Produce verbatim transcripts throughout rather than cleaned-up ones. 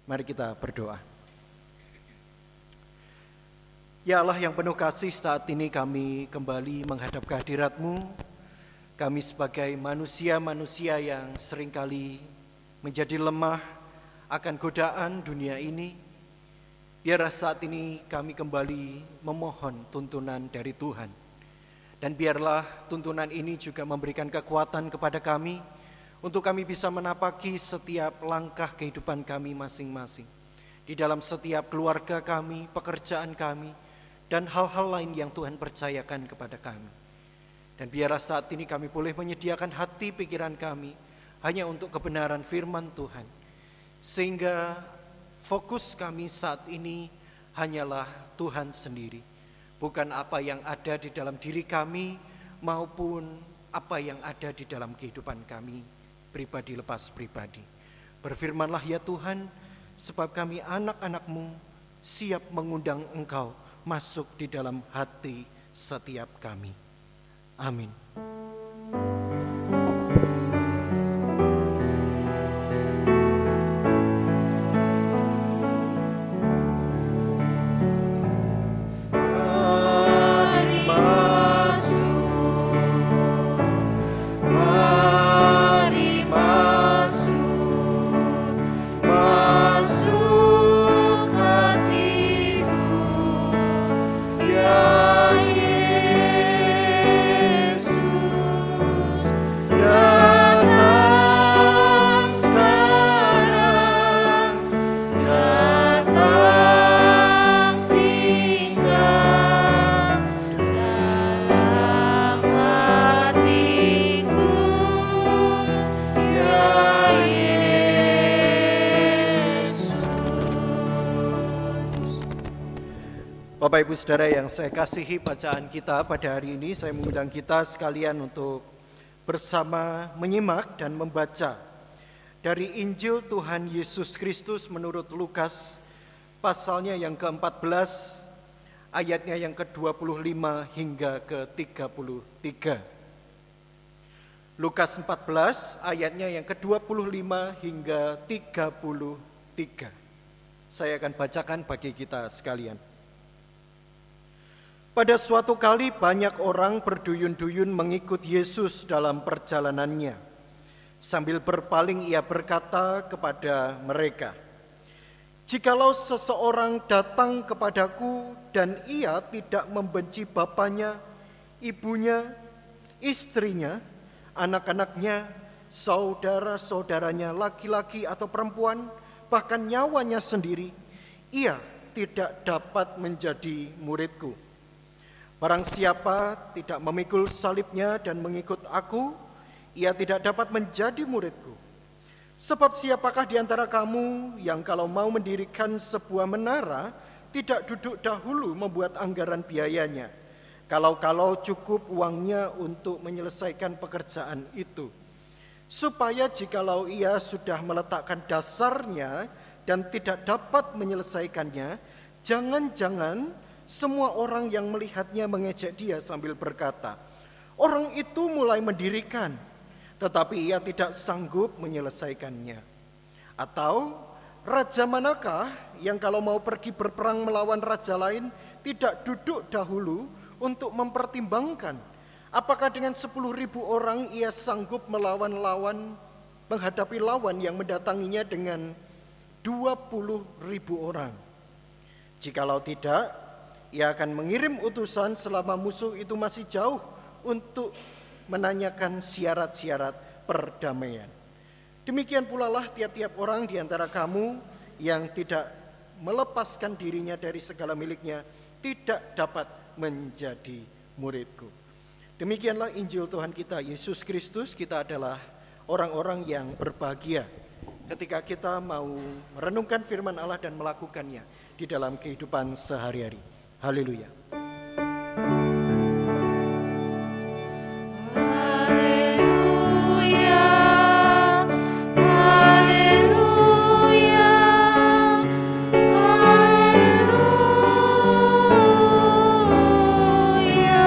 Mari kita berdoa. Ya Allah yang penuh kasih, saat ini kami kembali menghadap kehadirat-Mu. Kami sebagai manusia-manusia yang seringkali menjadi lemah akan godaan dunia ini. Biarlah saat ini kami kembali memohon tuntunan dari Tuhan. Dan biarlah tuntunan ini juga memberikan kekuatan kepada kami untuk kami bisa menapaki setiap langkah kehidupan kami masing-masing. Di dalam setiap keluarga kami, pekerjaan kami, dan hal-hal lain yang Tuhan percayakan kepada kami. Dan biarlah saat ini kami boleh menyediakan hati pikiran kami hanya untuk kebenaran firman Tuhan. Sehingga fokus kami saat ini hanyalah Tuhan sendiri. Bukan apa yang ada di dalam diri kami maupun apa yang ada di dalam kehidupan kami pribadi lepas pribadi. Berfirmanlah ya Tuhan, sebab kami anak-anak-Mu siap mengundang Engkau masuk di dalam hati setiap kami. Amin. Bapak Ibu Saudara yang saya kasihi, bacaan kita pada hari ini saya mengundang kita sekalian untuk bersama menyimak dan membaca dari Injil Tuhan Yesus Kristus menurut Lukas pasalnya yang keempat belas ayatnya yang ke dua puluh lima hingga ke tiga puluh tiga. Lukas empat belas ayatnya yang ke dua puluh lima hingga tiga puluh tiga. Saya akan bacakan bagi kita sekalian. Pada suatu kali banyak orang berduyun-duyun mengikut Yesus dalam perjalanannya. Sambil berpaling ia berkata kepada mereka, "Jikalau seseorang datang kepadaku dan ia tidak membenci bapaknya, ibunya, istrinya, anak-anaknya, saudara-saudaranya laki-laki atau perempuan, bahkan nyawanya sendiri, ia tidak dapat menjadi muridku. Barang siapa tidak memikul salibnya dan mengikut aku, ia tidak dapat menjadi muridku. Sebab siapakah di antara kamu yang kalau mau mendirikan sebuah menara, tidak duduk dahulu membuat anggaran biayanya, kalau-kalau cukup uangnya untuk menyelesaikan pekerjaan itu, supaya jikalau ia sudah meletakkan dasarnya dan tidak dapat menyelesaikannya, jangan-jangan semua orang yang melihatnya mengejek dia sambil berkata, 'Orang itu mulai mendirikan, tetapi ia tidak sanggup menyelesaikannya.' Atau raja manakah yang kalau mau pergi berperang melawan raja lain tidak duduk dahulu untuk mempertimbangkan apakah dengan sepuluh ribu orang ia sanggup melawan lawan menghadapi lawan yang mendatanginya dengan dua puluh ribu orang? Jikalau tidak, ia akan mengirim utusan selama musuh itu masih jauh untuk menanyakan syarat-syarat perdamaian. Demikian pula lah tiap-tiap orang di antara kamu yang tidak melepaskan dirinya dari segala miliknya tidak dapat menjadi muridku." Demikianlah Injil Tuhan kita Yesus Kristus. Kita adalah orang-orang yang berbahagia ketika kita mau merenungkan firman Allah dan melakukannya di dalam kehidupan sehari-hari. Haleluya. Haleluya. Haleluya. Haleluya.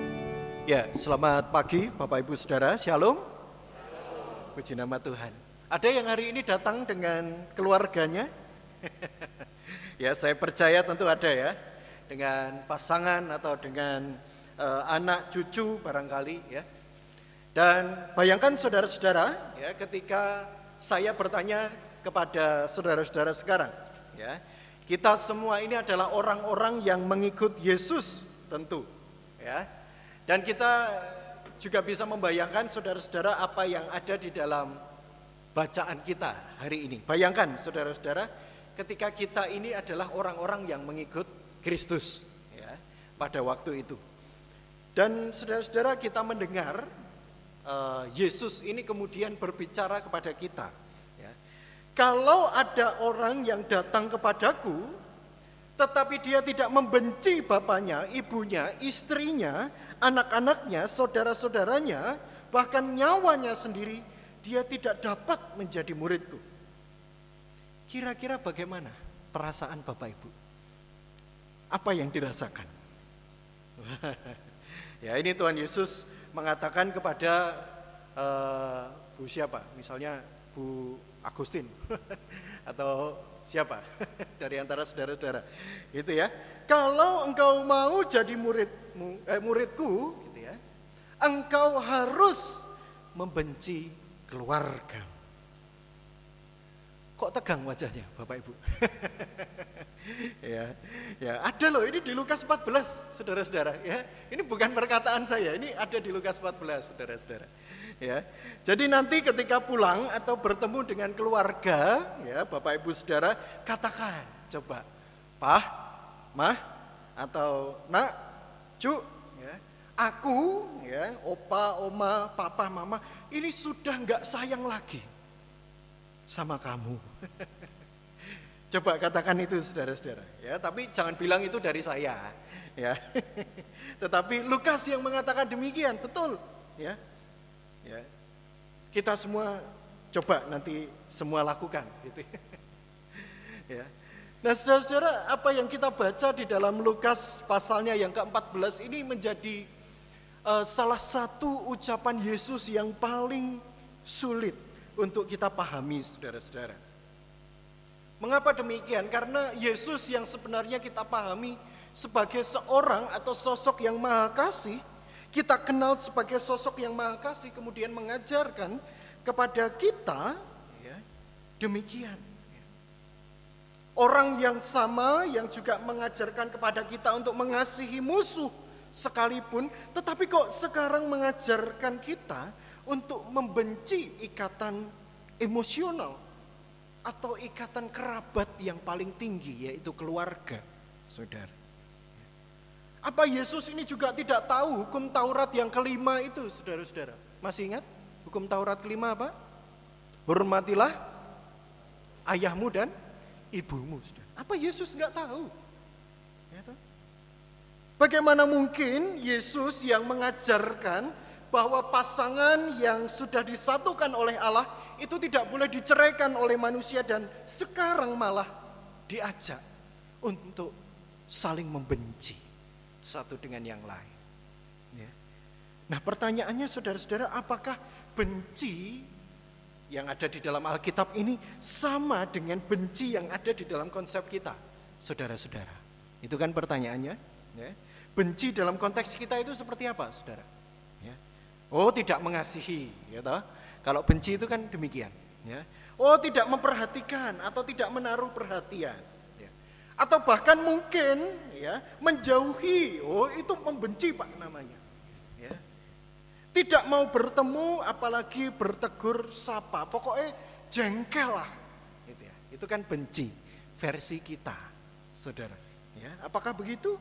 Ya, selamat pagi Bapak Ibu Saudara. Shalom. Puji nama Tuhan. Ada yang hari ini datang dengan keluarganya? Ya, saya percaya tentu ada ya. Dengan pasangan atau dengan uh, anak cucu barangkali ya. Dan bayangkan saudara-saudara ya, ketika saya bertanya kepada saudara-saudara sekarang ya, kita semua ini adalah orang-orang yang mengikut Yesus tentu ya. Dan kita juga bisa membayangkan saudara-saudara apa yang ada di dalam bacaan kita hari ini. Bayangkan saudara-saudara, ketika kita ini adalah orang-orang yang mengikut Kristus ya, pada waktu itu. Dan saudara-saudara, kita mendengar uh, Yesus ini kemudian berbicara kepada kita ya. Kalau ada orang yang datang kepadaku tetapi dia tidak membenci bapaknya, ibunya, istrinya, anak-anaknya, saudara-saudaranya, bahkan nyawanya sendiri, dia tidak dapat menjadi muridku. Kira-kira bagaimana perasaan Bapak Ibu? Apa yang dirasakan? Ya, ini Tuhan Yesus mengatakan kepada uh, Bu siapa? Misalnya Bu Agustin atau siapa dari antara saudara-saudara, gitu ya. Kalau engkau mau jadi muridmu, eh, muridku, gitu ya, engkau harus membenci keluarga. Kok tegang wajahnya Bapak Ibu? ya, ya ada loh ini di Lukas empat belas, saudara-saudara. Ya, ini bukan perkataan saya, ini ada di Lukas empat belas, saudara-saudara. Ya, jadi nanti ketika pulang atau bertemu dengan keluarga, ya Bapak Ibu Saudara, katakan coba, Pah, Mah, atau Nak, Cu, ya, aku, ya, Opa, Oma, Papa, Mama, ini sudah nggak sayang lagi sama kamu. Coba katakan itu saudara-saudara, ya. Tapi jangan bilang itu dari saya, ya. Tetapi Lukas yang mengatakan demikian, betul, ya. Ya, kita semua coba nanti semua lakukan, gitu. Ya. Nah, saudara-saudara, apa yang kita baca di dalam Lukas pasalnya yang ke empat belas ini menjadi uh, salah satu ucapan Yesus yang paling sulit untuk kita pahami, saudara-saudara. Mengapa demikian? Karena Yesus yang sebenarnya kita pahami sebagai seorang atau sosok yang maha kasih, kita kenal sebagai sosok yang maha kasih, kemudian mengajarkan kepada kita ya, demikian. Orang yang sama yang juga mengajarkan kepada kita untuk mengasihi musuh sekalipun, tetapi kok sekarang mengajarkan kita untuk membenci ikatan emosional atau ikatan kerabat yang paling tinggi, yaitu keluarga, saudara. Apa Yesus ini juga tidak tahu hukum Taurat yang kelima itu, saudara-saudara? Masih ingat hukum Taurat kelima apa? Hormatilah ayahmu dan ibumu, saudara. Apa Yesus nggak tahu? Ya, bagaimana mungkin Yesus yang mengajarkan bahwa pasangan yang sudah disatukan oleh Allah itu tidak boleh diceraikan oleh manusia, dan sekarang malah diajak untuk saling membenci satu dengan yang lain. Ya. Nah, pertanyaannya saudara-saudara, apakah benci yang ada di dalam Alkitab ini sama dengan benci yang ada di dalam konsep kita, saudara-saudara? Itu kan pertanyaannya. Ya. Benci dalam konteks kita itu seperti apa, saudara? Ya. Oh, tidak mengasihi, ya toh? Kalau benci itu kan demikian. Ya. Oh, tidak memperhatikan atau tidak menaruh perhatian. Atau bahkan mungkin ya menjauhi, oh itu membenci Pak namanya. Ya. Tidak mau bertemu, apalagi bertegur sapa, pokoknya jengkel lah. Gitu ya. Itu kan benci versi kita, saudara. Ya, apakah begitu?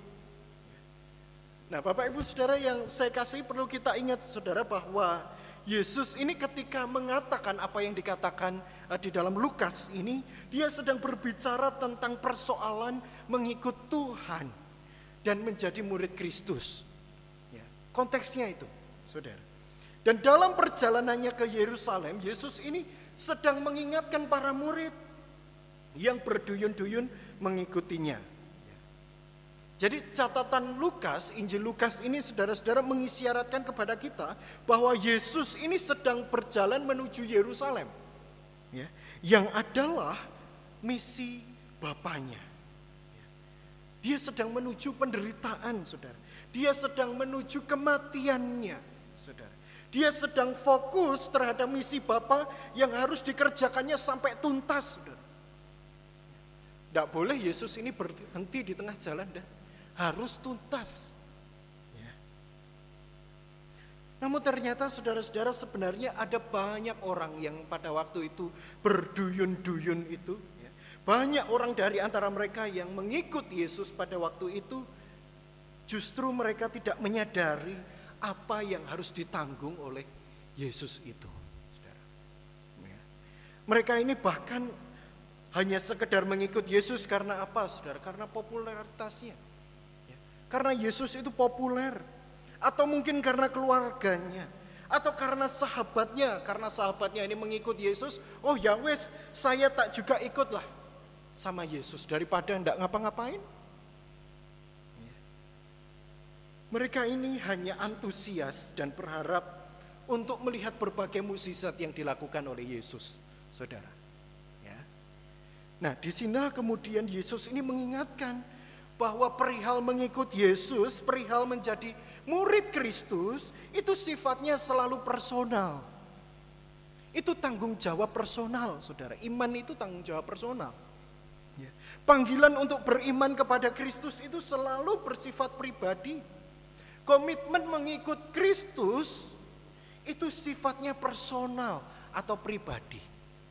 Nah, Bapak Ibu Saudara yang saya kasih, perlu kita ingat saudara bahwa Yesus ini ketika mengatakan apa yang dikatakan di dalam Lukas ini, dia sedang berbicara tentang persoalan mengikut Tuhan dan menjadi murid Kristus. Ya, konteksnya itu, saudara. Dan dalam perjalanannya ke Yerusalem, Yesus ini sedang mengingatkan para murid yang berduyun-duyun mengikutinya. Jadi catatan Lukas, Injil Lukas ini saudara-saudara mengisyaratkan kepada kita bahwa Yesus ini sedang berjalan menuju Yerusalem. ya, yang adalah misi Bapaknya. Dia sedang menuju penderitaan, saudara. Dia sedang menuju kematiannya, saudara. Dia sedang fokus terhadap misi Bapa yang harus dikerjakannya sampai tuntas, saudara. Tidak boleh Yesus ini berhenti di tengah jalan, dah. Harus tuntas. Ya. Namun ternyata saudara-saudara sebenarnya ada banyak orang yang pada waktu itu berduyun-duyun itu. Ya. Banyak orang dari antara mereka yang mengikut Yesus pada waktu itu justru mereka tidak menyadari apa yang harus ditanggung oleh Yesus itu. Saudara. Ya. Mereka ini bahkan hanya sekedar mengikut Yesus karena apa, saudara? Karena popularitasnya. Ya. Karena Yesus itu populer. Atau mungkin karena keluarganya. Atau karena sahabatnya. Karena sahabatnya ini mengikut Yesus. Oh ya wes, saya tak juga ikutlah sama Yesus. Daripada enggak ngapa-ngapain. Ya. Mereka ini hanya antusias dan berharap untuk melihat berbagai mukjizat yang dilakukan oleh Yesus, saudara. Nah, di sini kemudian Yesus ini mengingatkan bahwa perihal mengikut Yesus, perihal menjadi murid Kristus, itu sifatnya selalu personal. Itu tanggung jawab personal, saudara. Iman itu tanggung jawab personal. Ya. Panggilan untuk beriman kepada Kristus itu selalu bersifat pribadi. Komitmen mengikut Kristus itu sifatnya personal atau pribadi.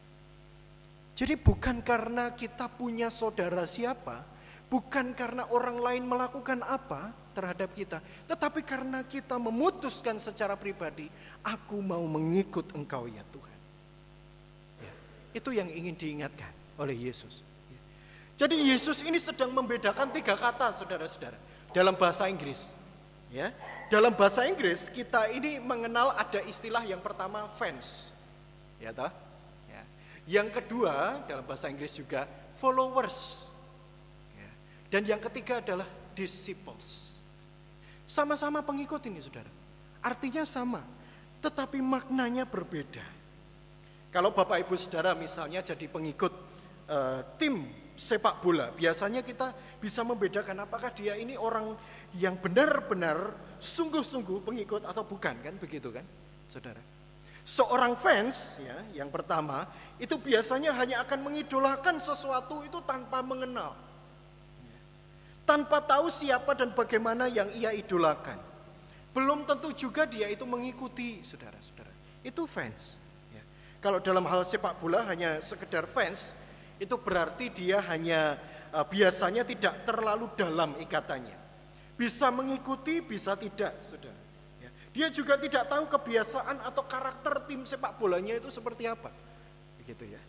Jadi bukan karena kita punya saudara siapa, bukan karena orang lain melakukan apa terhadap kita, tetapi karena kita memutuskan secara pribadi, aku mau mengikut Engkau ya Tuhan. Ya, itu yang ingin diingatkan oleh Yesus. Ya. Jadi Yesus ini sedang membedakan tiga kata, saudara-saudara, dalam bahasa Inggris. Ya, dalam bahasa Inggris kita ini mengenal ada istilah yang pertama fans, ya toh. Yang kedua dalam bahasa Inggris juga followers. Ya. Dan yang ketiga adalah disciples. Sama-sama pengikut ini, saudara. Artinya sama, tetapi maknanya berbeda. Kalau Bapak Ibu Saudara misalnya jadi pengikut uh, tim sepak bola, biasanya kita bisa membedakan apakah dia ini orang yang benar-benar sungguh-sungguh pengikut atau bukan, kan begitu kan, saudara. Seorang fans, ya, yang pertama, itu biasanya hanya akan mengidolakan sesuatu itu tanpa mengenal. Tanpa tahu siapa dan bagaimana yang ia idolakan. Belum tentu juga dia itu mengikuti, saudara-saudara. Itu fans. Ya. Kalau dalam hal sepak bola hanya sekedar fans, itu berarti dia hanya uh, biasanya tidak terlalu dalam ikatannya. Bisa mengikuti, bisa tidak, saudara. Dia juga tidak tahu kebiasaan atau karakter tim sepak bolanya itu seperti apa. Begitu ya.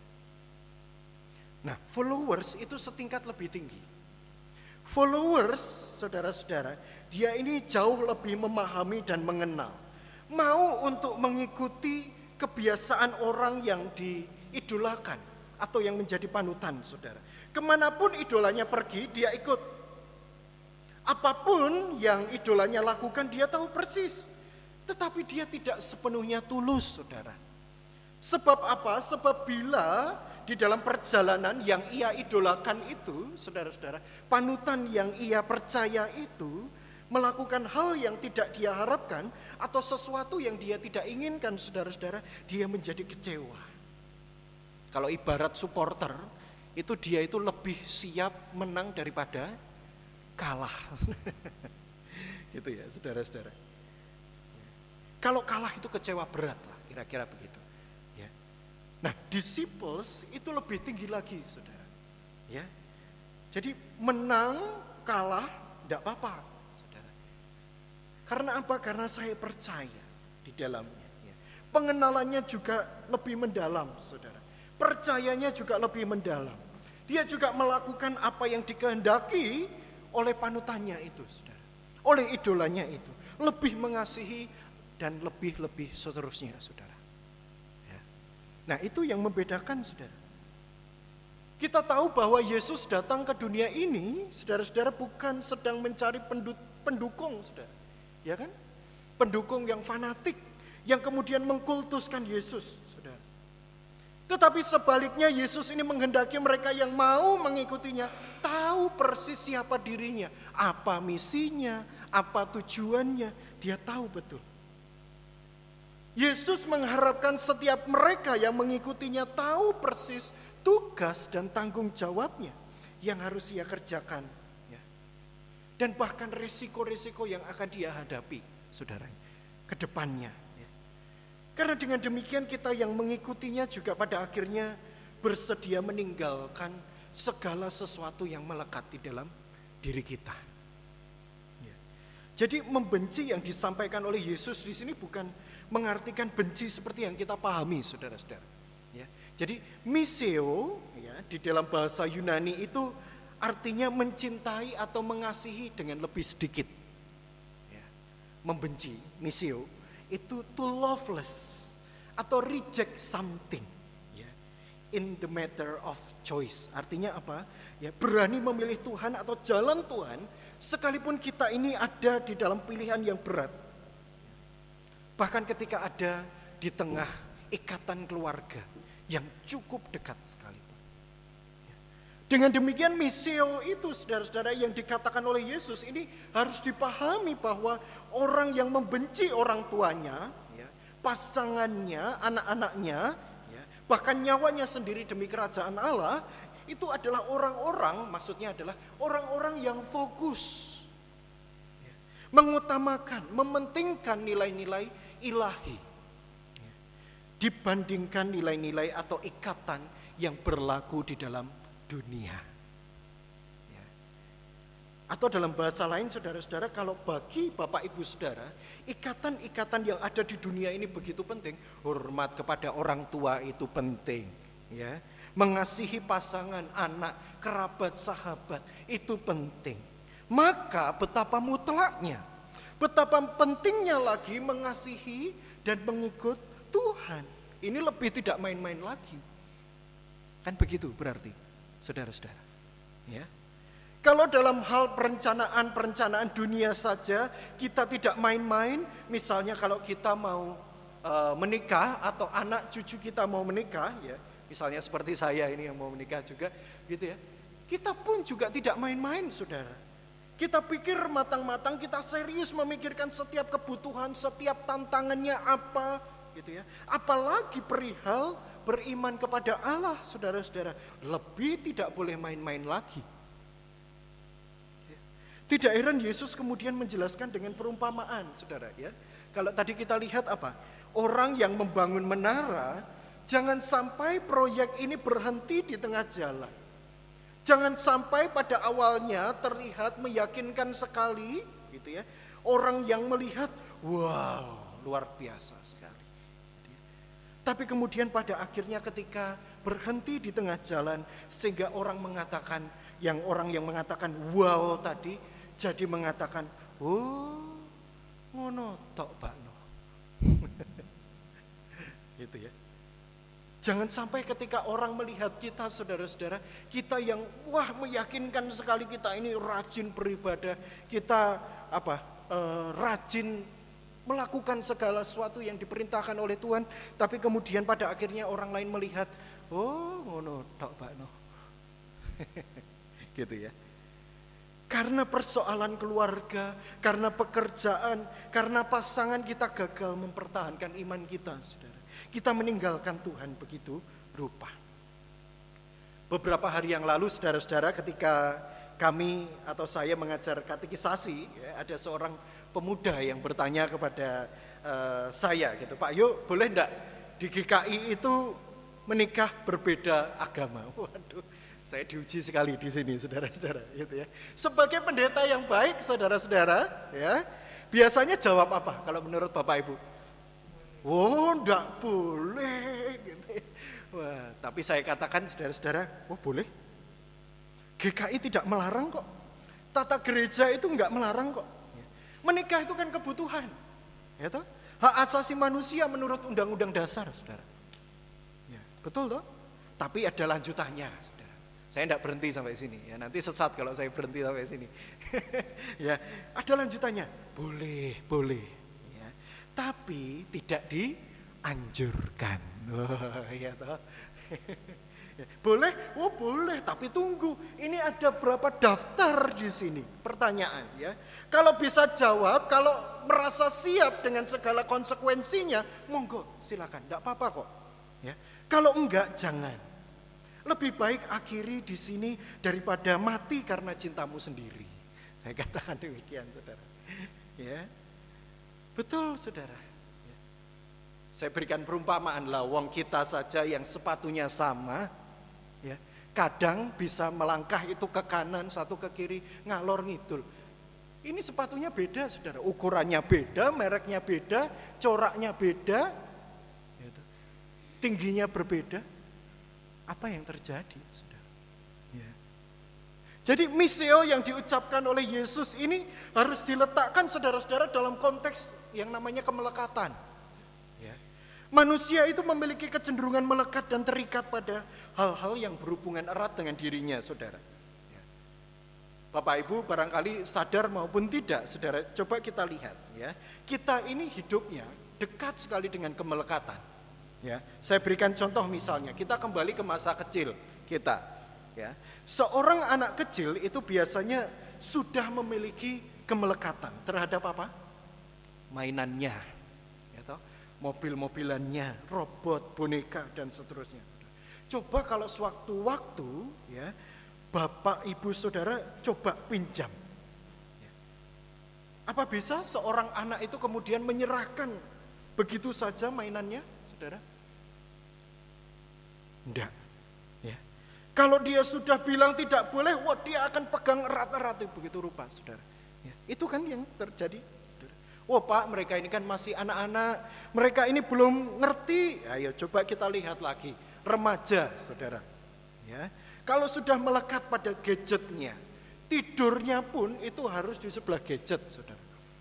Nah, followers itu setingkat lebih tinggi. Followers, saudara-saudara, dia ini jauh lebih memahami dan mengenal. Mau untuk mengikuti kebiasaan orang yang diidolakan atau yang menjadi panutan, saudara. Kemanapun idolanya pergi, dia ikut. Apapun yang idolanya lakukan, dia tahu persis. Tetapi dia tidak sepenuhnya tulus, saudara. Sebab apa? Sebab bila di dalam perjalanan yang ia idolakan itu, saudara-saudara, panutan yang ia percaya itu, melakukan hal yang tidak dia harapkan, atau sesuatu yang dia tidak inginkan, saudara-saudara, dia menjadi kecewa. Kalau ibarat supporter, itu dia itu lebih siap menang daripada kalah. Gitu ya, saudara-saudara. Kalau kalah itu kecewa berat lah, kira-kira begitu. Ya. Nah, disciples itu lebih tinggi lagi, saudara. Ya. Jadi menang, kalah, tidak apa-apa, saudara. Karena apa? Karena saya percaya di dalamnya. Ya. Pengenalannya juga lebih mendalam, saudara. Percayanya juga lebih mendalam. Dia juga melakukan apa yang dikehendaki oleh panutannya itu, saudara. Oleh idolanya itu. Lebih mengasihi dan lebih-lebih seterusnya, saudara. Ya. Nah, itu yang membedakan, saudara. Kita tahu bahwa Yesus datang ke dunia ini, saudara-saudara, bukan sedang mencari pendukung, saudara. Ya kan? Pendukung yang fanatik, yang kemudian mengkultuskan Yesus, saudara. Tetapi sebaliknya Yesus ini menghendaki mereka yang mau mengikutinya tahu persis siapa dirinya, apa misinya, apa tujuannya, dia tahu betul. Yesus mengharapkan setiap mereka yang mengikutinya tahu persis tugas dan tanggung jawabnya yang harus ia kerjakan. Ya. Dan bahkan risiko-risiko yang akan dia hadapi, saudara, ke depannya. Ya. Karena dengan demikian kita yang mengikutinya juga pada akhirnya bersedia meninggalkan segala sesuatu yang melekat di dalam diri kita. Ya. Jadi membenci yang disampaikan oleh Yesus di sini bukan mengartikan benci seperti yang kita pahami, saudara-saudara. Ya. Jadi miseo ya, di dalam bahasa Yunani itu artinya mencintai atau mengasihi dengan lebih sedikit. Ya. Membenci, miseo, itu to loveless atau reject something. Ya. In the matter of choice. Artinya apa? Ya, berani memilih Tuhan atau jalan Tuhan sekalipun kita ini ada di dalam pilihan yang berat. Bahkan ketika ada di tengah ikatan keluarga yang cukup dekat sekalipun. Dengan demikian miseo itu saudara-saudara yang dikatakan oleh Yesus ini harus dipahami bahwa orang yang membenci orang tuanya, ya, pasangannya, anak-anaknya, ya, bahkan nyawanya sendiri demi kerajaan Allah, itu adalah orang-orang, maksudnya adalah orang-orang yang fokus, ya, mengutamakan, mementingkan nilai-nilai ilahi dibandingkan nilai-nilai atau ikatan yang berlaku di dalam dunia. Ya. Atau dalam bahasa lain saudara-saudara, kalau bagi Bapak Ibu Saudara, ikatan-ikatan yang ada di dunia ini begitu penting. Hormat kepada orang tua itu penting. Ya. Mengasihi pasangan, anak, kerabat, sahabat itu penting. Maka betapa mutlaknya, betapa pentingnya lagi mengasihi dan mengikut Tuhan. Ini lebih tidak main-main lagi. Kan begitu berarti, saudara-saudara. Ya. Kalau dalam hal perencanaan-perencanaan dunia saja kita tidak main-main, misalnya kalau kita mau e, menikah atau anak cucu kita mau menikah, ya, misalnya seperti saya ini yang mau menikah juga, gitu ya. Kita pun juga tidak main-main, saudara. Kita pikir matang-matang, kita serius memikirkan setiap kebutuhan, setiap tantangannya apa. Gitu ya. Apalagi perihal beriman kepada Allah, saudara-saudara, lebih tidak boleh main-main lagi. Tidak heran Yesus kemudian menjelaskan dengan perumpamaan, saudara. Ya, kalau tadi kita lihat apa? Orang yang membangun menara, jangan sampai proyek ini berhenti di tengah jalan. Jangan sampai pada awalnya terlihat meyakinkan sekali, gitu ya. Orang yang melihat, wow, luar biasa sekali. Tapi kemudian pada akhirnya ketika berhenti di tengah jalan, sehingga orang mengatakan, yang orang yang mengatakan wow tadi, jadi mengatakan, oh ngono tok bakno. Gitu ya. Jangan sampai ketika orang melihat kita, saudara-saudara, kita yang wah meyakinkan sekali kita ini rajin beribadah, kita apa eh, rajin melakukan segala sesuatu yang diperintahkan oleh Tuhan, tapi kemudian pada akhirnya orang lain melihat, oh ngono tok bakno. Gitu ya. Karena persoalan keluarga, karena pekerjaan, karena pasangan kita gagal mempertahankan iman kita, saudara. Kita meninggalkan Tuhan begitu rupa. Beberapa hari yang lalu, saudara-saudara, ketika kami atau saya mengajar katekisasi, ya, ada seorang pemuda yang bertanya kepada uh, saya gitu, Pak, yuk boleh enggak di G K I itu menikah berbeda agama? Waduh, saya diuji sekali di sini, saudara-saudara, gitu ya. Sebagai pendeta yang baik, saudara-saudara, ya, biasanya jawab apa kalau menurut Bapak Ibu? Oh, enggak boleh, gitu ya. Wah, tapi saya katakan, saudara-saudara, oh boleh. G K I tidak melarang kok. Tata gereja itu enggak melarang kok. Menikah itu kan kebutuhan, ya toh? Hak asasi manusia menurut Undang-Undang Dasar, saudara. Ya, betul toh? Tapi ada lanjutannya, saudara. Saya tidak berhenti sampai sini, ya nanti sesat kalau saya berhenti sampai sini. Ya, ada lanjutannya, boleh, boleh. Ya, tapi tidak dianjurkan, oh, ya toh? Boleh? Oh boleh, tapi tunggu. Ini ada berapa daftar di sini? Pertanyaan ya. Kalau bisa jawab, kalau merasa siap dengan segala konsekuensinya, monggo silakan, tidak apa-apa kok. Ya. Kalau enggak, jangan. Lebih baik akhiri di sini daripada mati karena cintamu sendiri. Saya katakan demikian, saudara. Ya, betul, saudara. Ya. Saya berikan perumpamaan lah, wong kita saja yang sepatunya sama. Ya, kadang bisa melangkah itu ke kanan, satu ke kiri, ngalor ngidul. Ini sepatunya beda, saudara. Ukurannya beda, mereknya beda, coraknya beda, gitu. Tingginya berbeda. Apa yang terjadi, saudara? Ya. Jadi miseo yang diucapkan oleh Yesus ini harus diletakkan, saudara-saudara, dalam konteks yang namanya kemelekatan. Ya. Manusia itu memiliki kecenderungan melekat dan terikat pada hal-hal yang berhubungan erat dengan dirinya, saudara. Ya. Bapak Ibu barangkali sadar maupun tidak, saudara, coba kita lihat. Ya. Kita ini hidupnya dekat sekali dengan kemelekatan. Ya. Saya berikan contoh misalnya, kita kembali ke masa kecil kita. Ya. Seorang anak kecil itu biasanya sudah memiliki kemelekatan terhadap apa? Mainannya. Mobil-mobilannya, robot, boneka, dan seterusnya. Coba kalau sewaktu-waktu, ya, bapak, ibu, saudara, coba pinjam. Ya. Apa bisa seorang anak itu kemudian menyerahkan begitu saja mainannya, saudara? Enggak. Ya. Kalau dia sudah bilang tidak boleh, wah dia akan pegang erat-erat begitu rupa, saudara. Ya. Itu kan yang terjadi. Oh Pak, mereka ini kan masih anak-anak, mereka ini belum ngerti. Ayo coba kita lihat lagi, remaja, saudara. Ya, kalau sudah melekat pada gadgetnya, tidurnya pun itu harus di sebelah gadget, saudara.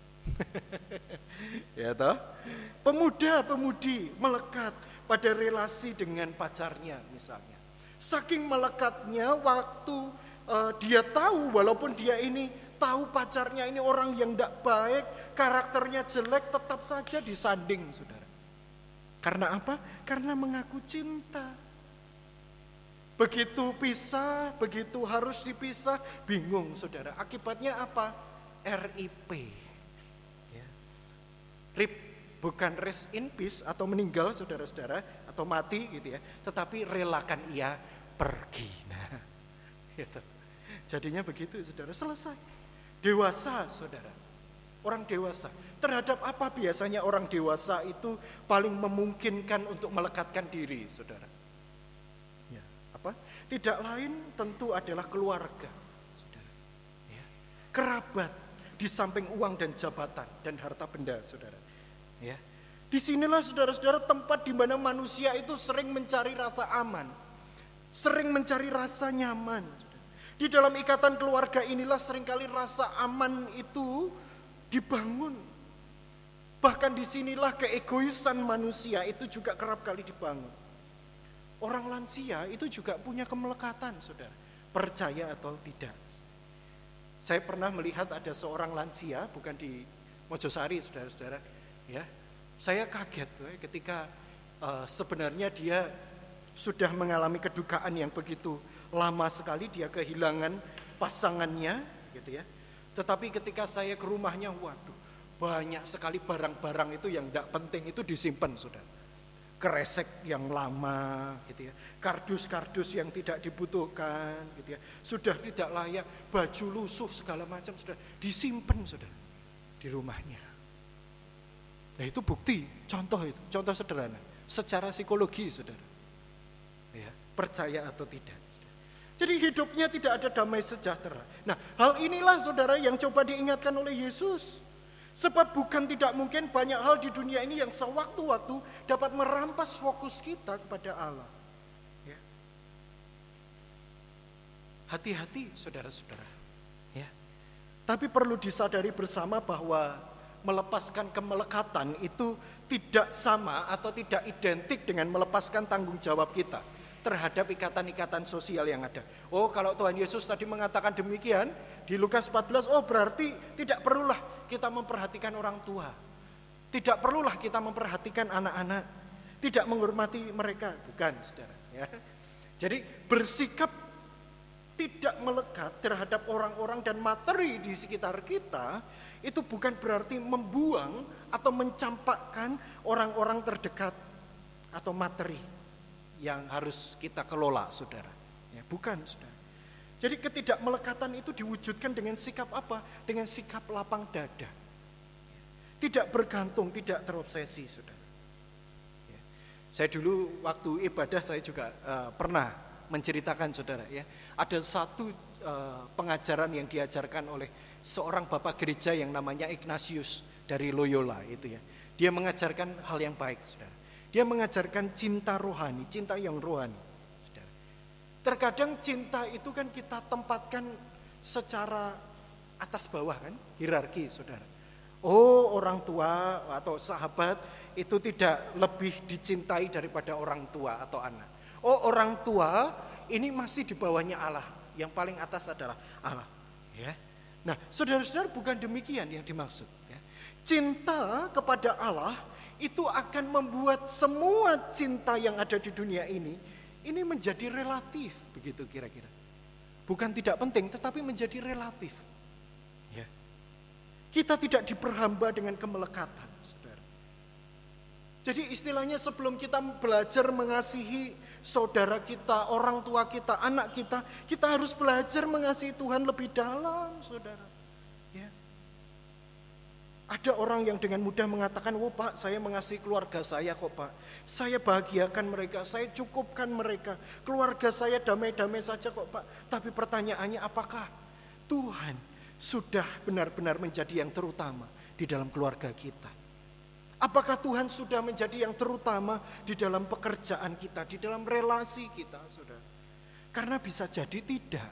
Ya toh, pemuda-pemudi melekat pada relasi dengan pacarnya misalnya. Saking melekatnya waktu uh, dia tahu, walaupun dia ini tahu pacarnya ini orang yang tidak baik, karakternya jelek, tetap saja disanding, saudara. Karena apa? Karena mengaku cinta. Begitu pisah, begitu harus dipisah, bingung, saudara. Akibatnya apa? R I P. Ya. R I P, bukan rest in peace atau meninggal, saudara-saudara, atau mati gitu ya. Tetapi relakan ia pergi. Nah, gitu. Jadinya begitu, saudara, selesai. Dewasa, saudara, orang dewasa. Terhadap apa biasanya orang dewasa itu paling memungkinkan untuk melekatkan diri, saudara? Ya, apa? Tidak lain tentu adalah keluarga, saudara. Ya. Kerabat, di samping uang dan jabatan dan harta benda, saudara. Ya. Disinilah, saudara-saudara, tempat di mana manusia itu sering mencari rasa aman, sering mencari rasa nyaman. Di dalam ikatan keluarga inilah seringkali rasa aman itu dibangun. Bahkan disinilah keegoisan manusia itu juga kerap kali dibangun. Orang lansia itu juga punya kemelekatan, saudara. Percaya atau tidak. Saya pernah melihat ada seorang lansia, bukan di Mojosari, saudara-saudara. Ya, saya kaget ketika uh, sebenarnya dia sudah mengalami kedukaan yang begitu lama sekali, dia kehilangan pasangannya gitu ya. Tetapi ketika saya ke rumahnya, waduh, banyak sekali barang-barang itu yang tidak penting itu disimpan, saudara. Kresek yang lama gitu ya, kardus-kardus yang tidak dibutuhkan gitu ya, sudah tidak layak, baju lusuh segala macam sudah disimpan, saudara, di rumahnya. Nah itu bukti, contoh itu, contoh sederhana, secara psikologi, saudara. Ya, percaya atau tidak. Jadi hidupnya tidak ada damai sejahtera. Nah, hal inilah, saudara, yang coba diingatkan oleh Yesus. Sebab bukan tidak mungkin banyak hal di dunia ini yang sewaktu-waktu dapat merampas fokus kita kepada Allah. Ya. Hati-hati, saudara-saudara. Ya. Tapi perlu disadari bersama bahwa melepaskan kemelekatan itu tidak sama atau tidak identik dengan melepaskan tanggung jawab kita terhadap ikatan-ikatan sosial yang ada. Oh, kalau Tuhan Yesus tadi mengatakan demikian di Lukas empat belas, oh berarti tidak perlulah kita memperhatikan orang tua. Tidak perlulah kita memperhatikan anak-anak. Tidak menghormati mereka, bukan, saudara. Ya. Jadi bersikap tidak melekat terhadap orang-orang dan materi di sekitar kita itu bukan berarti membuang atau mencampakkan orang-orang terdekat atau materi yang harus kita kelola, saudara. Ya, bukan, saudara. Jadi ketidakmelekatan itu diwujudkan dengan sikap apa? Dengan sikap lapang dada. Tidak bergantung, tidak terobsesi, saudara. Ya. Saya dulu waktu ibadah saya juga uh, pernah menceritakan, saudara, ya, ada satu uh, pengajaran yang diajarkan oleh seorang bapak gereja yang namanya Ignatius dari Loyola itu ya. Dia mengajarkan hal yang baik, saudara. Dia mengajarkan cinta rohani, cinta yang rohani, saudara. Terkadang cinta itu kan kita tempatkan secara atas bawah kan, hierarki, saudara. Oh, orang tua atau sahabat itu tidak lebih dicintai daripada orang tua atau anak. Oh, orang tua ini masih di bawahnya Allah. Yang paling atas adalah Allah. Ya. Nah, saudara-saudara, bukan demikian yang dimaksud. Ya. Cinta kepada Allah itu akan membuat semua cinta yang ada di dunia ini, ini menjadi relatif, begitu kira-kira. Bukan tidak penting, tetapi menjadi relatif. Ya. Kita tidak diperhamba dengan kemelekatan, saudara. Jadi istilahnya sebelum kita belajar mengasihi saudara kita, orang tua kita, anak kita, kita harus belajar mengasihi Tuhan lebih dalam, saudara. Ya. Ada orang yang dengan mudah mengatakan, oh Pak, saya mengasihi keluarga saya kok Pak. Saya bahagiakan mereka, saya cukupkan mereka. Keluarga saya damai-damai saja kok Pak. Tapi pertanyaannya, apakah Tuhan sudah benar-benar menjadi yang terutama di dalam keluarga kita? Apakah Tuhan sudah menjadi yang terutama di dalam pekerjaan kita, di dalam relasi kita, saudara? Karena bisa jadi tidak.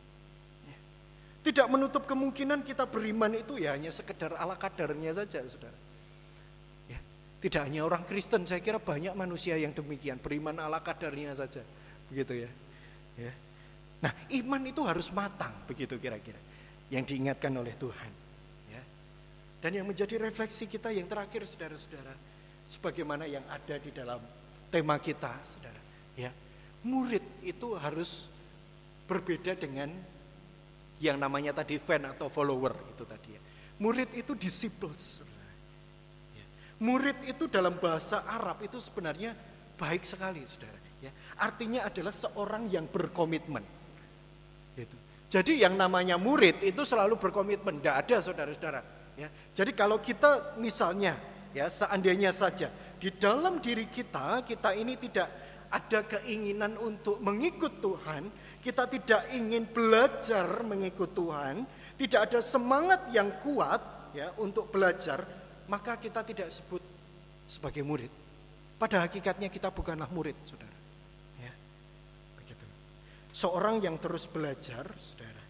Tidak menutup kemungkinan kita beriman itu ya hanya sekedar ala kadarnya saja, saudara. Ya, tidak hanya orang Kristen, saya kira banyak manusia yang demikian, beriman ala kadarnya saja, begitu ya. Ya. Nah, iman itu harus matang, begitu kira-kira, yang diingatkan oleh Tuhan. Dan yang menjadi refleksi kita yang terakhir, saudara-saudara, sebagaimana yang ada di dalam tema kita, saudara, ya, murid itu harus berbeda dengan yang namanya tadi fan atau follower itu tadi ya. Murid itu disciples, saudara. Ya. Murid itu dalam bahasa Arab itu sebenarnya baik sekali, saudara. Ya. Artinya adalah seorang yang berkomitmen. Gitu. Jadi yang namanya murid itu selalu berkomitmen, tidak ada, saudara-saudara. Ya, jadi kalau kita misalnya ya seandainya saja di dalam diri kita, kita ini tidak ada keinginan untuk mengikut Tuhan, kita tidak ingin belajar mengikut Tuhan, tidak ada semangat yang kuat ya untuk belajar, maka kita tidak sebut sebagai murid. Pada hakikatnya kita bukanlah murid, saudara. Ya, begitu. Seorang yang terus belajar, saudara,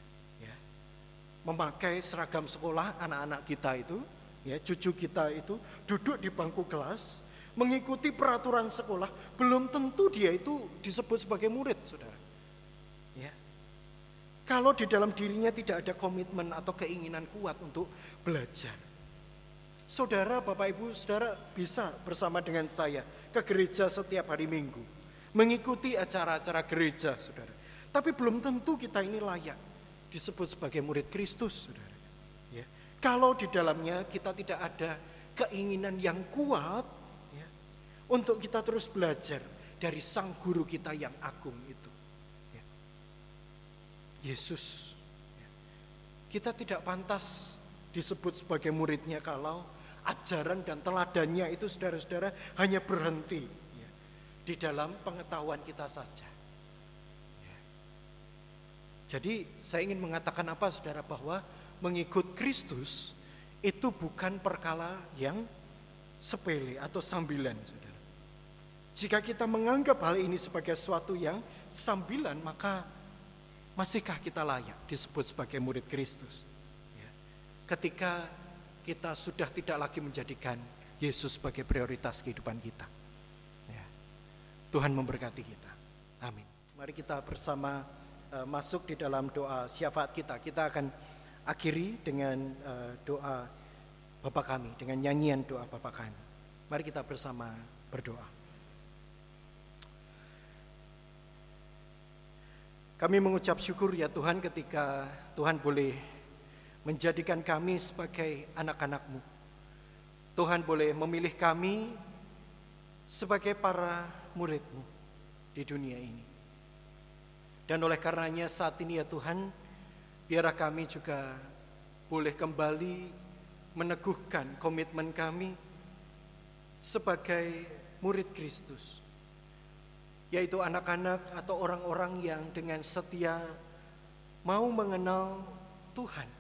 memakai seragam sekolah anak-anak kita itu, ya, cucu kita itu duduk di bangku kelas, mengikuti peraturan sekolah, belum tentu dia itu disebut sebagai murid, saudara. Ya. Kalau di dalam dirinya tidak ada komitmen atau keinginan kuat untuk belajar. Saudara, Bapak Ibu, saudara bisa bersama dengan saya ke gereja setiap hari Minggu, mengikuti acara-acara gereja, saudara. Tapi belum tentu kita ini layak disebut sebagai murid Kristus, saudara. Ya. Kalau di dalamnya kita tidak ada keinginan yang kuat ya, untuk kita terus belajar dari sang guru kita yang agung itu. Ya. Yesus. Ya. Kita tidak pantas disebut sebagai muridnya kalau ajaran dan teladannya itu, saudara-saudara, hanya berhenti ya, di dalam pengetahuan kita saja. Jadi saya ingin mengatakan apa, saudara, bahwa mengikut Kristus itu bukan perkara yang sepele atau sambilan, saudara. Jika kita menganggap hal ini sebagai sesuatu yang sambilan, maka masihkah kita layak disebut sebagai murid Kristus? Ya. Ketika kita sudah tidak lagi menjadikan Yesus sebagai prioritas kehidupan kita. Ya. Tuhan memberkati kita. Amin. Mari kita bersama masuk di dalam doa syafaat kita. Kita akan akhiri dengan uh, doa Bapa kami, dengan nyanyian doa Bapa kami. Mari kita bersama berdoa. Kami mengucap syukur ya Tuhan ketika Tuhan boleh menjadikan kami sebagai anak-anak-Mu. Tuhan boleh memilih kami sebagai para murid-Mu di dunia ini. Dan oleh karenanya saat ini ya Tuhan, biarlah kami juga boleh kembali meneguhkan komitmen kami sebagai murid Kristus, yaitu anak-anak atau orang-orang yang dengan setia mau mengenal Tuhan.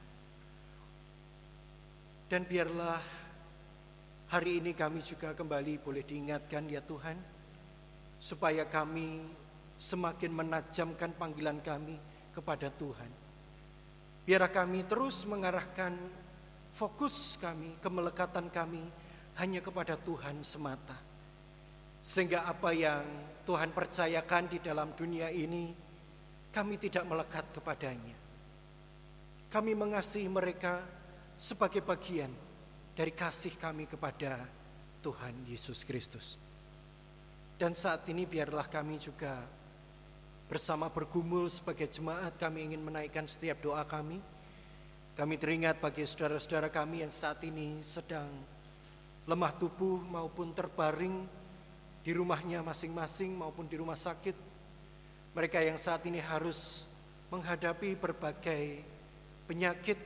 Dan biarlah hari ini kami juga kembali boleh diingatkan ya Tuhan, supaya kami semakin menajamkan panggilan kami kepada Tuhan. Biarlah kami terus mengarahkan fokus kami, kemelekatan kami hanya kepada Tuhan semata. Sehingga apa yang Tuhan percayakan di dalam dunia ini, kami tidak melekat kepadanya. Kami mengasihi mereka sebagai bagian dari kasih kami kepada Tuhan Yesus Kristus. Dan saat ini biarlah kami juga bersama bergumul sebagai jemaat, kami ingin menaikkan setiap doa kami. Kami teringat bagi saudara-saudara kami yang saat ini sedang lemah tubuh maupun terbaring di rumahnya masing-masing maupun di rumah sakit. Mereka yang saat ini harus menghadapi berbagai penyakit.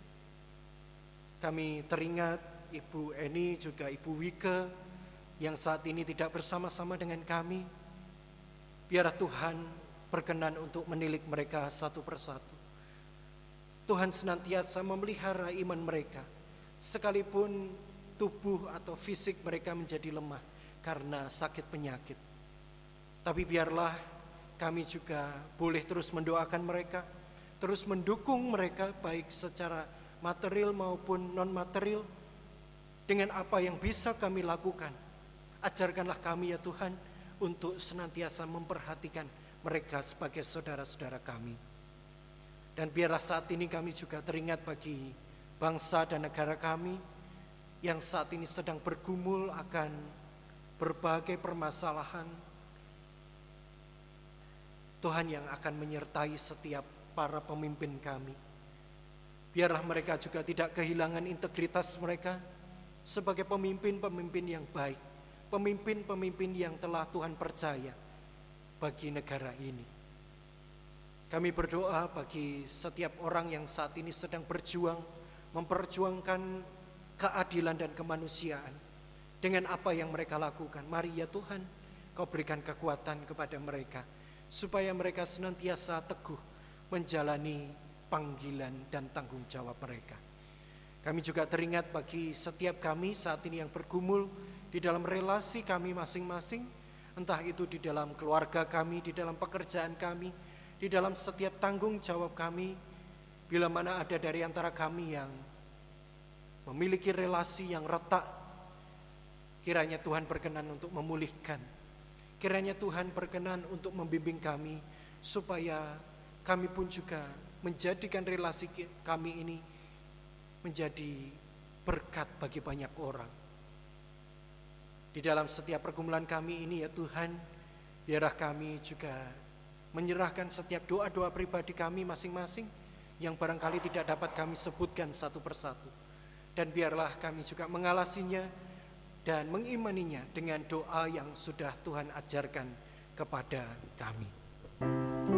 Kami teringat Ibu Eni juga Ibu Wike yang saat ini tidak bersama-sama dengan kami. Biarlah Tuhan berkenan untuk menilik mereka satu persatu. Tuhan senantiasa memelihara iman mereka, sekalipun tubuh atau fisik mereka menjadi lemah karena sakit penyakit. Tapi biarlah kami juga boleh terus mendoakan mereka, terus mendukung mereka baik secara material maupun non-material. Dengan apa yang bisa kami lakukan, ajarkanlah kami ya Tuhan untuk senantiasa memperhatikan mereka sebagai saudara-saudara kami. Dan biarlah saat ini kami juga teringat bagi bangsa dan negara kami yang saat ini sedang bergumul akan berbagai permasalahan. Tuhan yang akan menyertai setiap para pemimpin kami. Biarlah mereka juga tidak kehilangan integritas mereka sebagai pemimpin-pemimpin yang baik, pemimpin-pemimpin yang telah Tuhan percaya bagi negara ini. Kami berdoa bagi setiap orang yang saat ini sedang berjuang, memperjuangkan keadilan dan kemanusiaan dengan apa yang mereka lakukan. Mari ya Tuhan, Kau berikan kekuatan kepada mereka, supaya mereka senantiasa teguh menjalani panggilan dan tanggung jawab mereka. Kami juga teringat bagi setiap kami saat ini yang bergumul di dalam relasi kami masing-masing, entah itu di dalam keluarga kami, di dalam pekerjaan kami, di dalam setiap tanggung jawab kami. Bila mana ada dari antara kami yang memiliki relasi yang retak, kiranya Tuhan berkenan untuk memulihkan. Kiranya Tuhan berkenan untuk membimbing kami, supaya kami pun juga menjadikan relasi kami ini menjadi berkat bagi banyak orang. Di dalam setiap pergumulan kami ini ya Tuhan, biarlah kami juga menyerahkan setiap doa-doa pribadi kami masing-masing yang barangkali tidak dapat kami sebutkan satu persatu. Dan biarlah kami juga mengalasinya dan mengimaninya dengan doa yang sudah Tuhan ajarkan kepada kami.